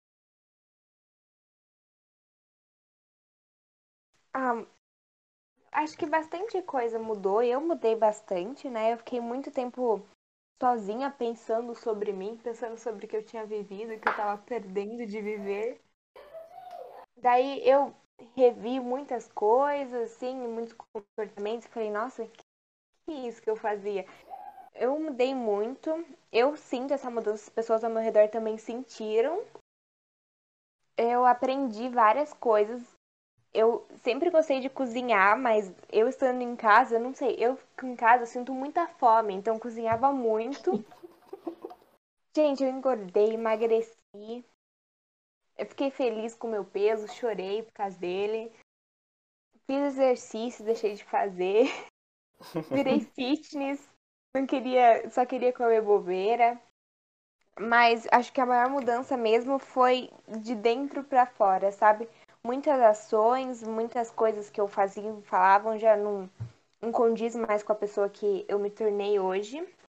Ah, acho que bastante coisa mudou. Eu mudei bastante, né? Eu fiquei muito tempo sozinha pensando sobre mim, pensando sobre o que eu tinha vivido, que eu tava perdendo de viver. Daí eu revi muitas coisas, assim, muitos comportamentos. Falei, nossa, que que é isso que eu fazia? Eu mudei muito. Eu sinto essa mudança, as pessoas ao meu redor também sentiram. Eu aprendi várias coisas. Eu sempre gostei de cozinhar, mas eu estando em casa, eu não sei, eu fico em casa, eu sinto muita fome, então eu cozinhava muito. Gente, eu engordei, emagreci. Eu fiquei feliz com o meu peso, chorei por causa dele. Fiz exercício, deixei de fazer. Virei fitness, não queria, só queria comer bobeira. Mas acho que a maior mudança mesmo foi de dentro pra fora, sabe? Muitas ações, muitas coisas que eu fazia e falavam já não, não condiz mais com a pessoa que eu me tornei hoje.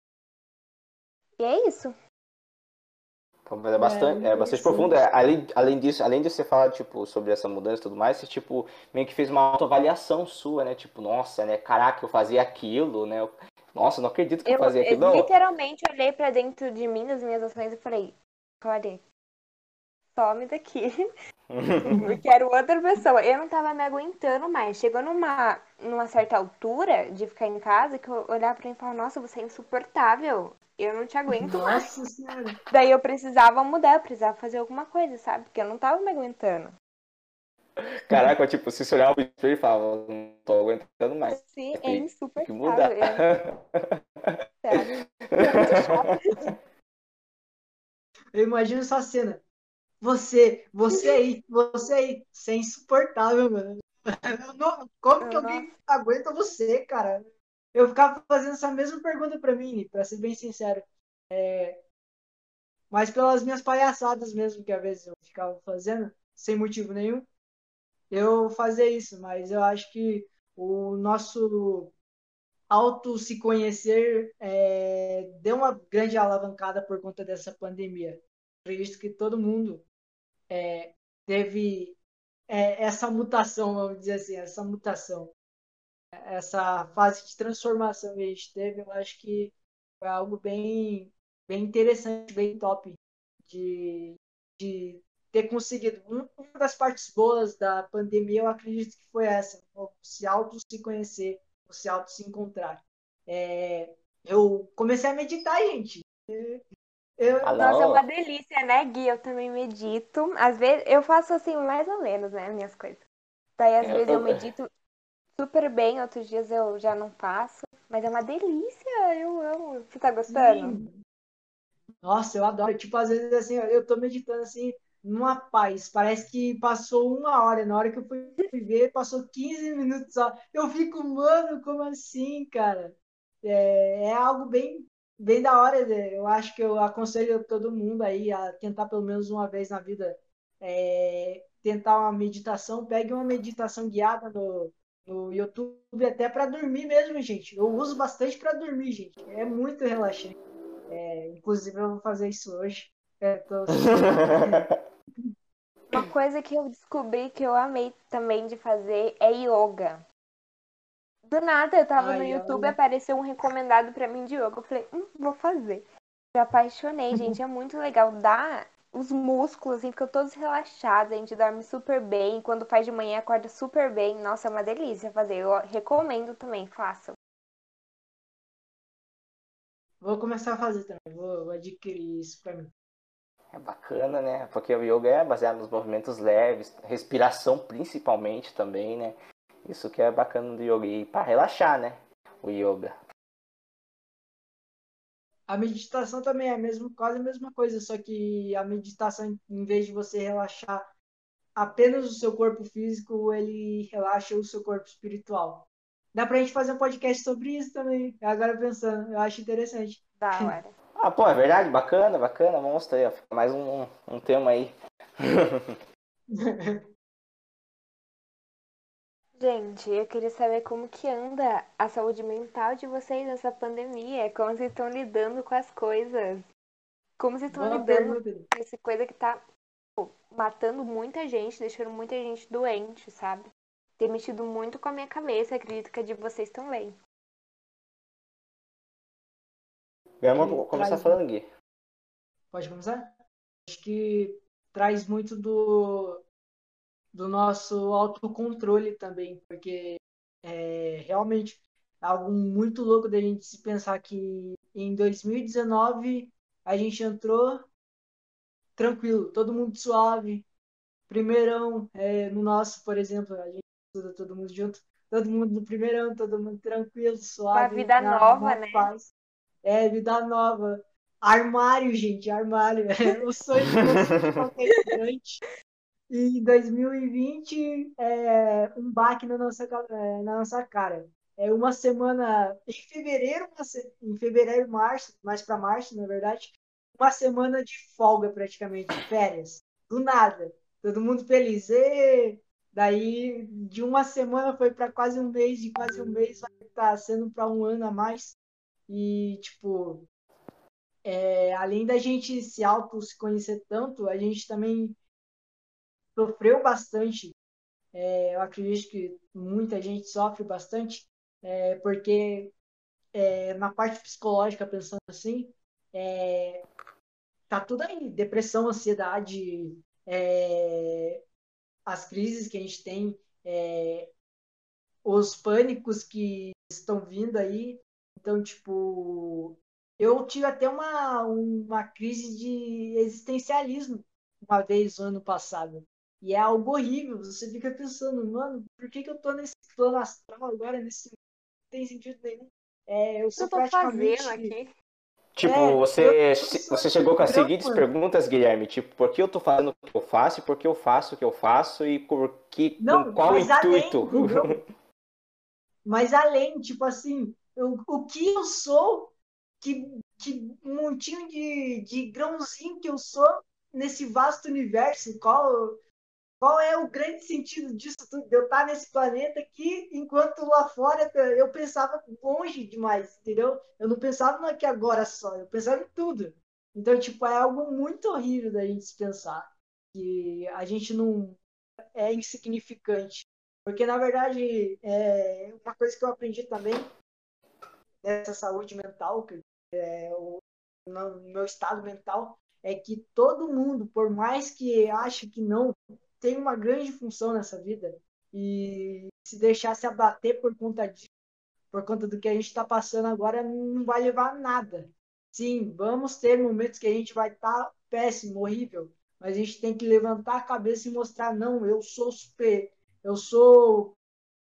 E é isso. Então, mas é É, bastante, é bastante profundo. interessante. É, além, além disso, além de você falar, tipo, sobre essa mudança e tudo mais, você, tipo, meio que fez uma autoavaliação sua, né? Tipo, nossa, né? Caraca, eu fazia aquilo, né? Eu- Nossa, não acredito que eu Eu, fazia eu aquilo. Não. literalmente olhei pra dentro de mim, das minhas ações, e falei, Cláudia, some daqui. Eu quero outra pessoa. Eu não tava me aguentando mais. Chegou numa, numa certa altura de ficar em casa que eu olhava pra mim e falava, nossa, você é insuportável. Eu não te aguento mais. Nossa Senhora. Daí eu precisava mudar, eu precisava fazer alguma coisa, sabe? Porque eu não tava me aguentando. Caraca, tipo, se você olhar o espelho e falava, não tô aguentando mais. Você é Tem que insuportável. mudar. É, sério. É muito chato. Eu imagino essa cena. Você, você aí, você aí. Você é insuportável, mano. Eu não- como que Nossa, alguém aguenta você, cara? Eu ficava fazendo essa mesma pergunta pra mim, pra ser bem sincero. Mas pelas minhas palhaçadas mesmo, que às vezes eu ficava fazendo, sem motivo nenhum, eu fazia isso. Mas eu acho que o nosso auto se conhecer é, deu uma grande alavancada por conta dessa pandemia. Acredito que todo mundo teve é, essa mutação, vamos dizer assim, essa mutação, essa fase de transformação que a gente teve, eu acho que foi algo bem, bem interessante, bem top de, de ter conseguido. Um- Uma das partes boas da pandemia, eu acredito que foi essa, se auto se conhecer, se auto se encontrar. É, eu comecei a meditar, gente. Ah, Eu, nossa, é uma não. delícia, né, Gui? Eu também medito. Às vezes, eu faço assim, mais ou menos, né, minhas coisas. Daí, às Eu, vezes, eu eu, medito super bem, outros dias eu já não faço. Mas é uma delícia, eu amo. Você tá gostando? sim, nossa, eu adoro. Tipo, às vezes assim, eu tô meditando assim, numa paz. Parece que passou uma hora. Na hora que eu fui ver, passou quinze minutos só. Eu fico, mano, como assim, cara? É, é algo bem, bem da hora. Né? Eu acho que eu aconselho todo mundo aí a tentar pelo menos uma vez na vida é, tentar uma meditação. Pegue uma meditação guiada no, no YouTube, até para dormir mesmo, gente. Eu uso bastante para dormir, gente. É muito relaxante. Inclusive, eu vou fazer isso hoje. É, tô super. Uma coisa que eu descobri que eu amei também de fazer é yoga. Do nada, eu tava no Ai, YouTube, olha. apareceu um recomendado pra mim de yoga. Eu falei, hum, vou fazer. Me apaixonei, gente. É muito legal. Dá os músculos, assim, ficam todos relaxados. A gente dorme super bem. Quando faz de manhã, acorda super bem. Nossa, é uma delícia fazer. Eu recomendo também, façam. Vou começar a fazer também. Vou, vou adquirir isso pra mim. É bacana, né? Porque o yoga é baseado nos movimentos leves, respiração principalmente também, né? Isso que é bacana do yoga. E para relaxar, né? O yoga. A meditação também é a mesma, quase a mesma coisa, só que a meditação, em vez de você relaxar apenas o seu corpo físico, ele relaxa o seu corpo espiritual. Dá pra gente fazer um podcast sobre isso também. Agora pensando, eu acho interessante. Da hora. Ah, pô, é verdade? Bacana, bacana. Monstro aí, ó. Fica mais um, um tema aí. Gente, eu queria saber como que anda a saúde mental de vocês nessa pandemia. Como vocês estão lidando com as coisas. Como vocês estão Boa lidando pergunta. com essa coisa que tá matando muita gente, deixando muita gente doente, sabe? Tem mexido muito com a minha cabeça, acredito que a de vocês também. Vamos Que começar traz. falando, Gui. Pode começar? Acho que traz muito do, do nosso autocontrole também, porque é realmente é algo muito louco da gente se pensar que em dois mil e dezenove a gente entrou tranquilo, todo mundo suave, primeirão, é, no nosso, por exemplo, a gente estuda todo mundo junto, todo mundo no primeirão, todo mundo tranquilo, Uma suave, vida na, nova, na né? paz. É, vida nova. Armário, gente, armário. O sonho de você, de qualquer estudante. E em dois mil e vinte, é, um baque na nossa, ca- é, na nossa cara. É uma semana em fevereiro, uma se- em fevereiro, março, mais para março, na verdade, uma semana de folga praticamente, férias, do nada, todo mundo feliz. E daí de uma semana foi para quase um mês, de quase um mês vai estar sendo para um ano a mais. E tipo, é, além da gente se auto se conhecer tanto, a gente também sofreu bastante. É, eu acredito que muita gente sofre bastante, é, porque é, na parte psicológica, pensando assim, é, tá tudo aí, depressão, ansiedade, é, as crises que a gente tem, é, os pânicos que estão vindo aí. Então, tipo, eu tive até uma, uma crise de existencialismo uma vez no ano passado. E é algo horrível. Você fica pensando, mano, por que, que eu tô nesse plano astral agora? Nesse... Não tem sentido nenhum. É, eu O que eu sou tô fazendo praticamente. aqui? Tipo, É, eu, você, eu sou você chegou com as grão, seguintes mano. perguntas, Guilherme. Tipo, por que eu tô fazendo o que eu faço e por que eu faço o que eu faço e por que, com Não, qual mas além, intuito? entendeu? Mas além, tipo assim, eu, o que eu sou, que, que montinho de, de grãozinho que eu sou nesse vasto universo, qual, qual é o grande sentido disso tudo, de eu estar nesse planeta aqui, enquanto lá fora eu pensava longe demais, entendeu? Eu não pensava no aqui agora só, eu pensava em tudo. Então, tipo, é algo muito horrível da gente se pensar, que a gente não é insignificante. Porque, na verdade, é uma coisa que eu aprendi também dessa saúde mental, que é o no meu estado mental, é que todo mundo, por mais que ache que não, tem uma grande função nessa vida. E se deixar se abater por conta disso, por conta do que a gente está passando agora, não vai levar a nada. Sim, vamos ter momentos que a gente vai estar tá péssimo, horrível, mas a gente tem que levantar a cabeça e mostrar, não, eu sou super, eu sou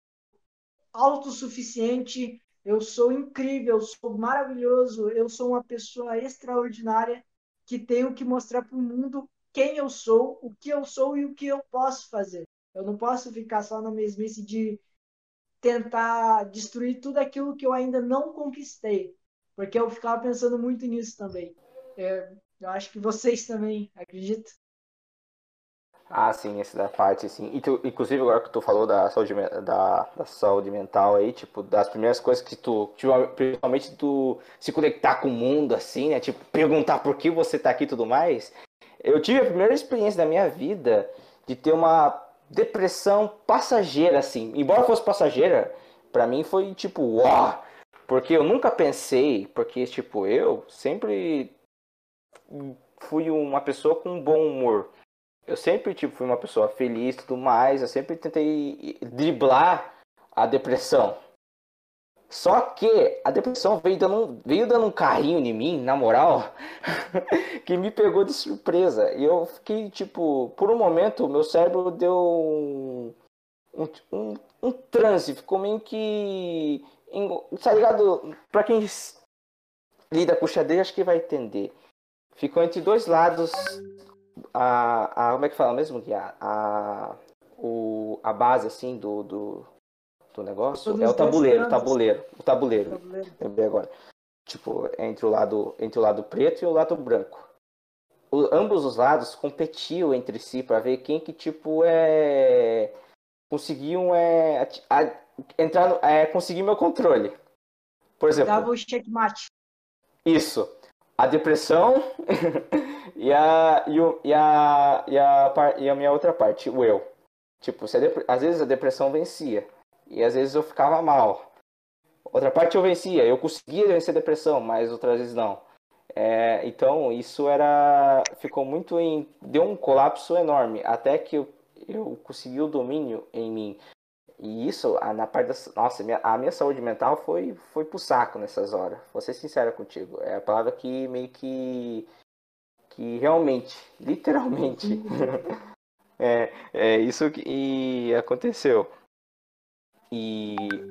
autossuficiente, eu sou incrível, eu sou maravilhoso, eu sou uma pessoa extraordinária que tenho que mostrar para o mundo quem eu sou, o que eu sou e o que eu posso fazer. Eu não posso ficar só na mesmice de tentar destruir tudo aquilo que eu ainda não conquistei, porque eu ficava pensando muito nisso também. É, eu acho que vocês também, acredito. Ah, sim, essa da parte, assim. E tu, inclusive, agora que tu falou da saúde, da, da saúde mental aí, tipo, das primeiras coisas que tu, tipo, principalmente tu se conectar com o mundo, assim, né? Tipo, perguntar por que você tá aqui e tudo mais. Eu tive a primeira experiência da minha vida de ter uma depressão passageira, assim. Embora fosse passageira, Pra mim foi tipo, uau! Porque eu nunca pensei, porque tipo, eu sempre fui uma pessoa com um bom humor. Eu sempre tipo, fui uma pessoa feliz e tudo mais, eu sempre tentei driblar a depressão. Só que a depressão veio dando, um, veio dando um carrinho em mim, na moral, que me pegou de surpresa. E eu fiquei, tipo, por um momento, o meu cérebro deu um, um, um, um transe, ficou meio que. Tá ligado? Pra quem lida com xadrez, acho que vai entender. Ficou entre dois lados a. a como é que fala mesmo? A, a, o, a base, assim, do. do do negócio Todos é o os dois tabuleiro, o cantos tabuleiro, o tabuleiro. do tabuleiro. Lembrei agora. Tipo, entre o lado, entre o lado preto e o lado branco. O, ambos os lados competiam entre si para ver quem que tipo é conseguiam é a, a, entrar no, é conseguir meu controle. Por Dava exemplo, o checkmate. isso, a depressão e a e, o, e a e a e a minha outra parte, o eu. Tipo, se a dep- às vezes a depressão vencia e às vezes eu ficava mal. Outra parte eu vencia, eu conseguia vencer a depressão, mas outras vezes não. É, então isso era, ficou muito em, deu um colapso enorme, até que eu, eu consegui o domínio em mim. E isso, a- na parte da, nossa, minha- a minha saúde mental foi, foi pro saco nessas horas. Vou ser sincero contigo, é a palavra que meio que, que realmente, literalmente, é, é isso que aconteceu. E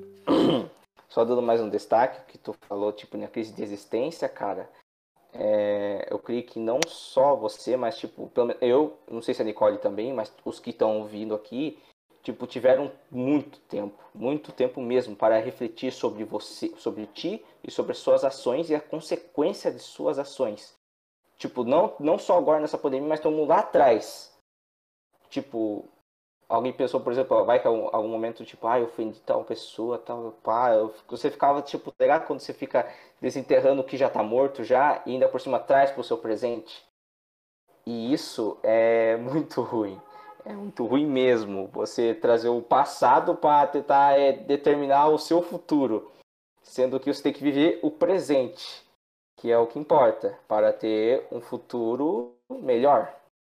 só dando mais um destaque, que tu falou, tipo, na crise de existência, cara, é, eu creio que não só você, mas, tipo, pelo menos eu, não sei se a Nicole também, mas os que estão ouvindo aqui, tipo, tiveram muito tempo, muito tempo mesmo para refletir sobre você, sobre ti e sobre as suas ações e a consequência de suas ações. Tipo, não, não só agora nessa pandemia, mas estamos lá atrás. Tipo, alguém pensou, por exemplo, vai que algum, algum momento, tipo, ah, eu ofendi tal pessoa, tal, pá, eu, você ficava, tipo, legal quando você fica desenterrando o que já tá morto já, e ainda por cima traz pro seu presente. E isso é muito ruim. É muito ruim mesmo, você trazer o passado para tentar é, determinar o seu futuro, sendo que você tem que viver o presente, que é o que importa, para ter um futuro melhor.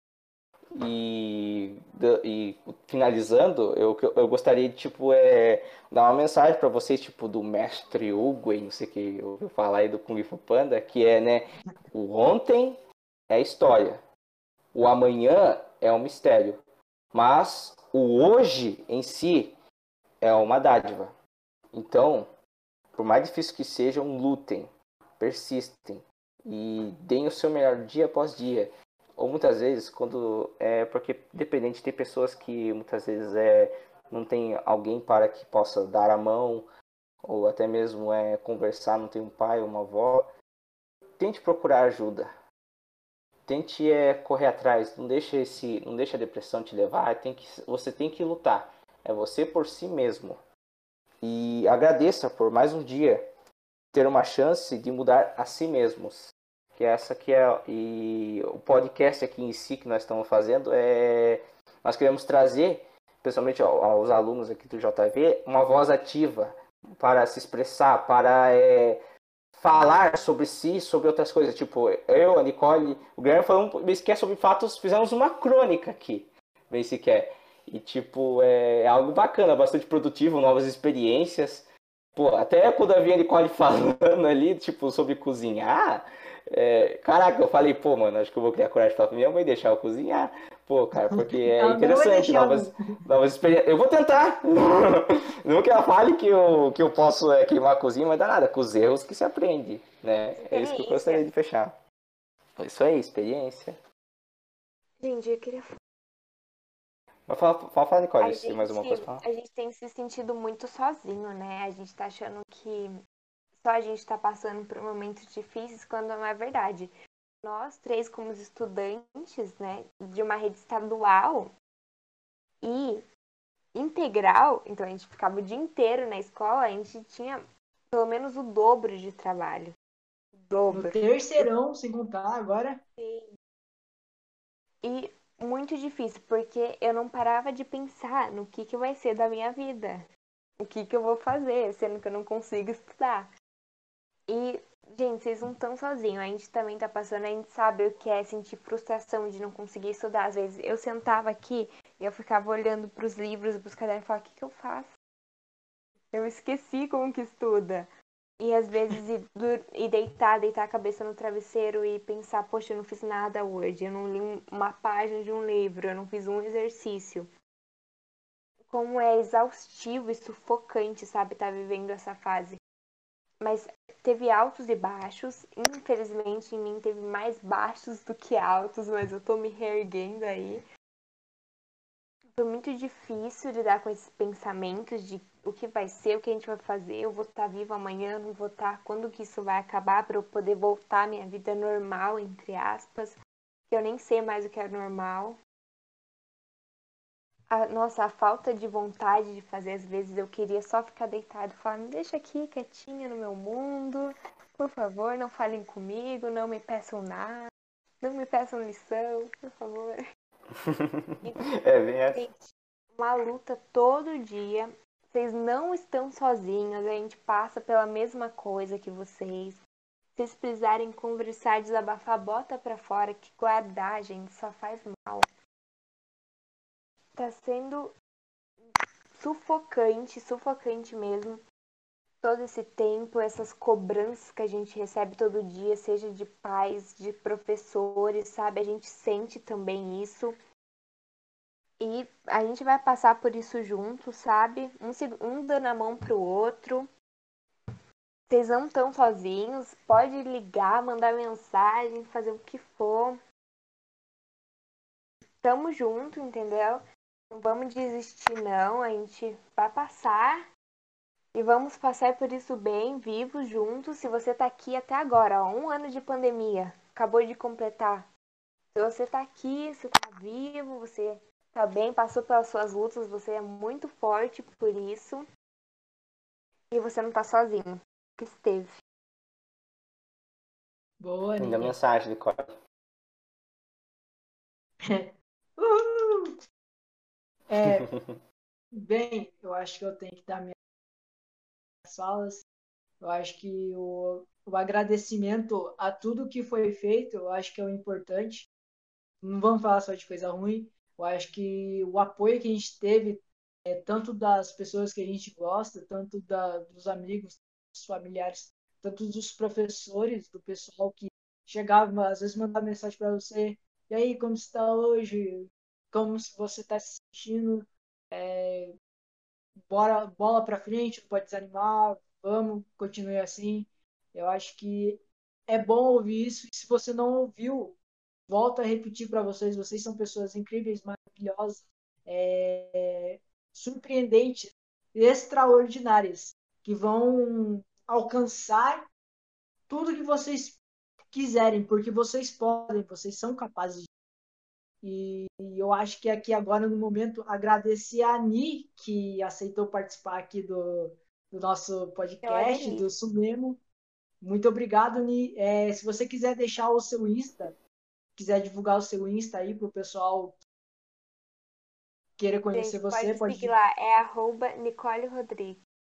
E, e finalizando, eu, eu gostaria de tipo, é, dar uma mensagem para vocês, tipo, do mestre Hugo, e não sei o que eu ouviu falar aí do Kung Fu Panda, que é, né, o ontem é história, o amanhã é um mistério, mas o hoje em si é uma dádiva. Então, por mais difícil que sejam, lutem, persistem e deem o seu melhor dia após dia. Ou muitas vezes, quando é porque dependente, tem pessoas que muitas vezes é não tem alguém para que possa dar a mão ou até mesmo é conversar, não tem um pai ou uma avó. Tente procurar ajuda. Tente é correr atrás, não deixe esse, não deixe a depressão te levar, tem que, você tem que lutar. É você por si mesmo. E agradeça por mais um dia ter uma chance de mudar a si mesmos. Que essa que é e o podcast aqui em si que nós estamos fazendo é nós queremos trazer, principalmente aos alunos aqui do J V, uma voz ativa para se expressar, para é, falar sobre si, sobre outras coisas. Tipo, eu, a Nicole, o Guilherme falando bem sequer sobre fatos, fizemos uma crônica aqui, bem sequer. E tipo, é algo bacana, bastante produtivo, novas experiências. Pô, até quando eu vi a Nicole falando ali, tipo, sobre cozinhar, é, caraca, eu falei, pô, mano, acho que eu vou criar coragem pra minha mãe deixar eu cozinhar. Pô, cara, porque é Ela não vai interessante, deixar, novas, não. novas experiências. Eu vou tentar! Não que ela fale que eu, que eu posso é, queimar a cozinha, mas dá nada, com os erros que se aprende, né? É isso que eu gostaria Experiência. de fechar. Isso aí, experiência. Gente, eu queria. Mas fala, fala, fala Nicole, A se tem mais uma coisa gente, pra falar. a gente tem se sentido muito sozinho, né? A gente tá achando que só a gente tá passando por momentos difíceis, quando não é verdade. Nós três, como estudantes, né, de uma rede estadual e integral, então a gente ficava o dia inteiro na escola, a gente tinha pelo menos o dobro de trabalho. O No dobro. terceirão, sem contar agora. E muito difícil, porque eu não parava de pensar no que, que vai ser da minha vida. o que que eu vou fazer, sendo que eu não consigo estudar. E, gente, vocês não estão sozinhos. A gente também tá passando, a gente sabe o que é sentir frustração de não conseguir estudar. Às vezes eu sentava aqui e eu ficava olhando pros livros, pros cadernos e falava, o que que eu faço? Eu esqueci como que estuda. E às vezes ir, ir deitar, deitar a cabeça no travesseiro e pensar, poxa, eu não fiz nada hoje, eu não li uma página de um livro, eu não fiz um exercício. Como é exaustivo e sufocante, sabe, estar tá vivendo essa fase. Mas teve altos e baixos. Infelizmente, em mim teve mais baixos do que altos, mas eu tô me reerguendo aí. Foi muito difícil lidar com esses pensamentos de o que vai ser, o que a gente vai fazer, eu vou estar viva amanhã, não vou estar, quando que isso vai acabar para eu poder voltar à minha vida normal, entre aspas, que eu nem sei mais o que é normal. A, nossa, a falta de vontade de fazer, às vezes eu queria só ficar deitado e falar, me deixa aqui quietinha no meu mundo, por favor, não falem comigo, não me peçam nada, não me peçam lição, por favor. É bem essa. Gente, uma luta todo dia. Vocês não estão sozinhos, a gente passa pela mesma coisa que vocês. Se vocês precisarem conversar, desabafar, bota pra fora, que guardar, gente, só faz mal. Tá sendo sufocante, sufocante mesmo. Todo esse tempo, essas cobranças que a gente recebe todo dia, seja de pais, de professores, sabe? A gente sente também isso. E a gente vai passar por isso junto, sabe? Um, um dando a mão pro outro. Vocês não estão sozinhos. Pode ligar, mandar mensagem, fazer o que for. Tamo junto, entendeu? Não vamos desistir, não. A gente vai passar. E vamos passar por isso bem, vivos, juntos. Se você tá aqui até agora, ó, um ano de pandemia, acabou de completar. Se você tá aqui, você tá vivo, você tá bem, passou pelas suas lutas, você é muito forte por isso. E você não tá sozinho, que esteve. Boa, Ainda Nicole. mensagem, Nicole. Uhul! É, bem, eu acho que eu tenho que dar minhas falas. Eu acho que o, o agradecimento a tudo que foi feito, eu acho que é o importante. Não vamos falar só de coisa ruim. Eu acho que o apoio que a gente teve, é, tanto das pessoas que a gente gosta, tanto da, dos amigos, dos familiares, tanto dos professores, do pessoal que chegava, às vezes mandava mensagem para você, e aí, como você está hoje? Como você está se sentindo? É, bora, bola para frente, não pode desanimar, vamos, continue assim. Eu acho que é bom ouvir isso, e se você não ouviu, volto a repetir para vocês, vocês são pessoas incríveis, maravilhosas, é, surpreendentes, extraordinárias, que vão alcançar tudo que vocês quiserem, porque vocês podem, vocês são capazes de. E, e eu acho que aqui agora, no momento, agradecer a Ani, que aceitou participar aqui do, do nosso É uma podcast, do delícia. Sumemo. Muito obrigado, Ni. É, se você quiser deixar o seu Insta, quiser divulgar o seu Insta aí para o pessoal queira conhecer Gente, você, pode pode seguir dizer lá. É arroba Nicole Rodrigues.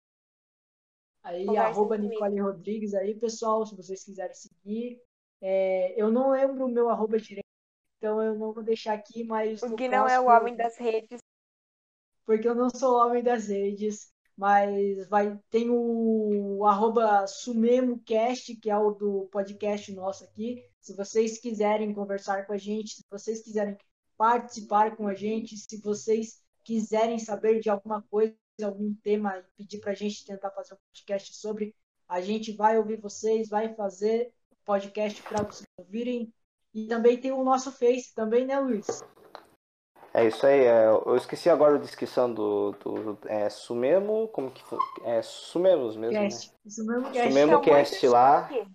aí, Conversem arroba comigo. Nicole Rodrigues aí, pessoal, se vocês quiserem seguir. É, eu não lembro o meu arroba direito, então eu não vou deixar aqui, mas O no Gui não é o próximo, homem das redes. porque eu não sou homem das redes, mas vai tem o arroba SumemoCast, que é o do podcast nosso aqui. Se vocês quiserem conversar com a gente, se vocês quiserem participar com a gente, se vocês quiserem saber de alguma coisa, algum tema e pedir para a gente tentar fazer um podcast sobre, a gente vai ouvir vocês, vai fazer podcast para vocês ouvirem. E também tem o nosso Face também, né, Luiz? É isso aí. É, eu esqueci agora a descrição do, do é, Sumemo. Como que foi? É Sumemos mesmo, né? Cast. Isso mesmo, Cast. Sumemo Estão muito Cast lá. chique.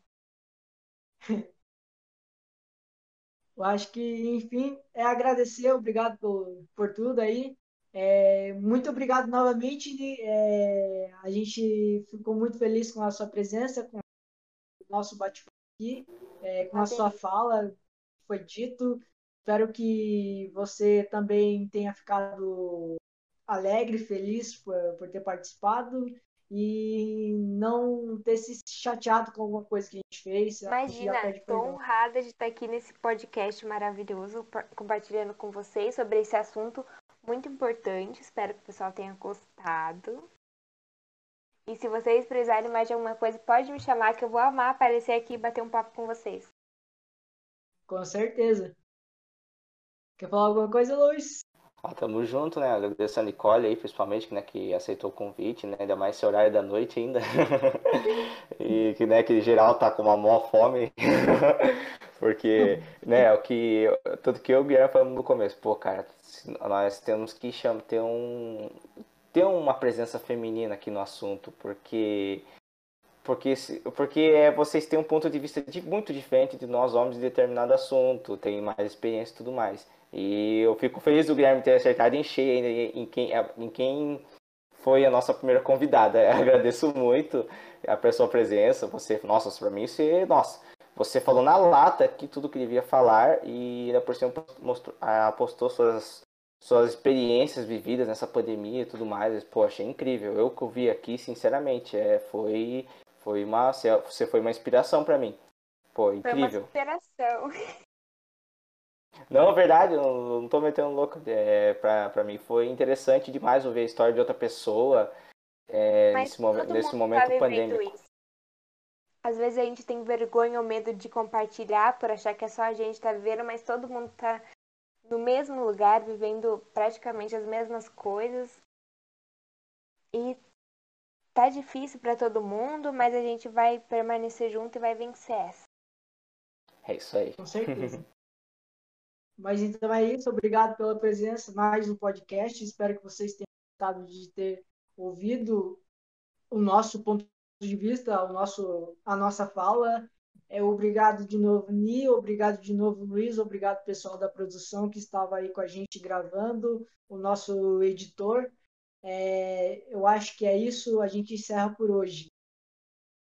Eu acho que, enfim, é agradecer, obrigado por, por tudo aí. É, muito obrigado novamente. É, a gente ficou muito feliz com a sua presença, com o nosso bate-papo aqui, é, com Uma a sua delícia. fala, foi dito. Espero que você também tenha ficado alegre, feliz por, por ter participado e não ter se chateado com alguma coisa que a gente fez. A gente já Imagina, pede tô perdão. honrada de estar aqui nesse podcast maravilhoso, par- compartilhando com vocês sobre esse assunto muito importante. Espero que o pessoal tenha gostado. E se vocês precisarem mais de alguma coisa, pode me chamar que eu vou amar aparecer aqui e bater um papo com vocês. Com certeza. Quer falar alguma coisa, Luiz? Ah, tamo junto, né? Agradeço a Nicole aí, principalmente, né, que aceitou o convite, né? Ainda mais esse horário da noite ainda. E que, né, que em geral tá com uma mó fome. Porque, né, é o que. Tudo que eu e o Guilherme falamos no começo, pô, cara, nós temos que chamar, ter um. Ter uma presença feminina aqui no assunto, porque. Porque, porque é, vocês têm um ponto de vista de, muito diferente de nós homens de determinado assunto, tem mais experiência e tudo mais. E eu fico feliz do Guilherme ter acertado em cheio ainda em quem, em quem foi a nossa primeira convidada. Eu agradeço muito a sua presença. Você, nossa, para mim você, nossa, você falou na lata aqui tudo que devia falar e ainda por cima mostrou, apostou suas suas experiências vividas nessa pandemia e tudo mais. Pô, achei incrível. Eu que eu vi aqui, sinceramente, é, foi foi uma você foi uma inspiração para mim. Pô, Foi uma incrível. superação. Não, é verdade, eu não tô metendo louco. É, pra, pra mim foi interessante demais ouvir a história de outra pessoa é, Mas nesse, momen- todo nesse mundo tá momento vivendo pandêmico. isso. Às vezes a gente tem vergonha ou medo de compartilhar por achar que é só a gente tá vivendo, mas todo mundo tá no mesmo lugar, vivendo praticamente as mesmas coisas. E tá difícil para todo mundo, mas a gente vai permanecer junto e vai vencer essa. É isso aí. Com certeza. Mas então é isso. Obrigado pela presença. Mais um podcast. Espero que vocês tenham gostado de ter ouvido o nosso ponto de vista, o nosso, a nossa fala. É, obrigado de novo, Ni. Obrigado de novo, Luiz. Obrigado, pessoal da produção que estava aí com a gente gravando. O nosso editor. É, eu acho que é isso. A gente encerra por hoje.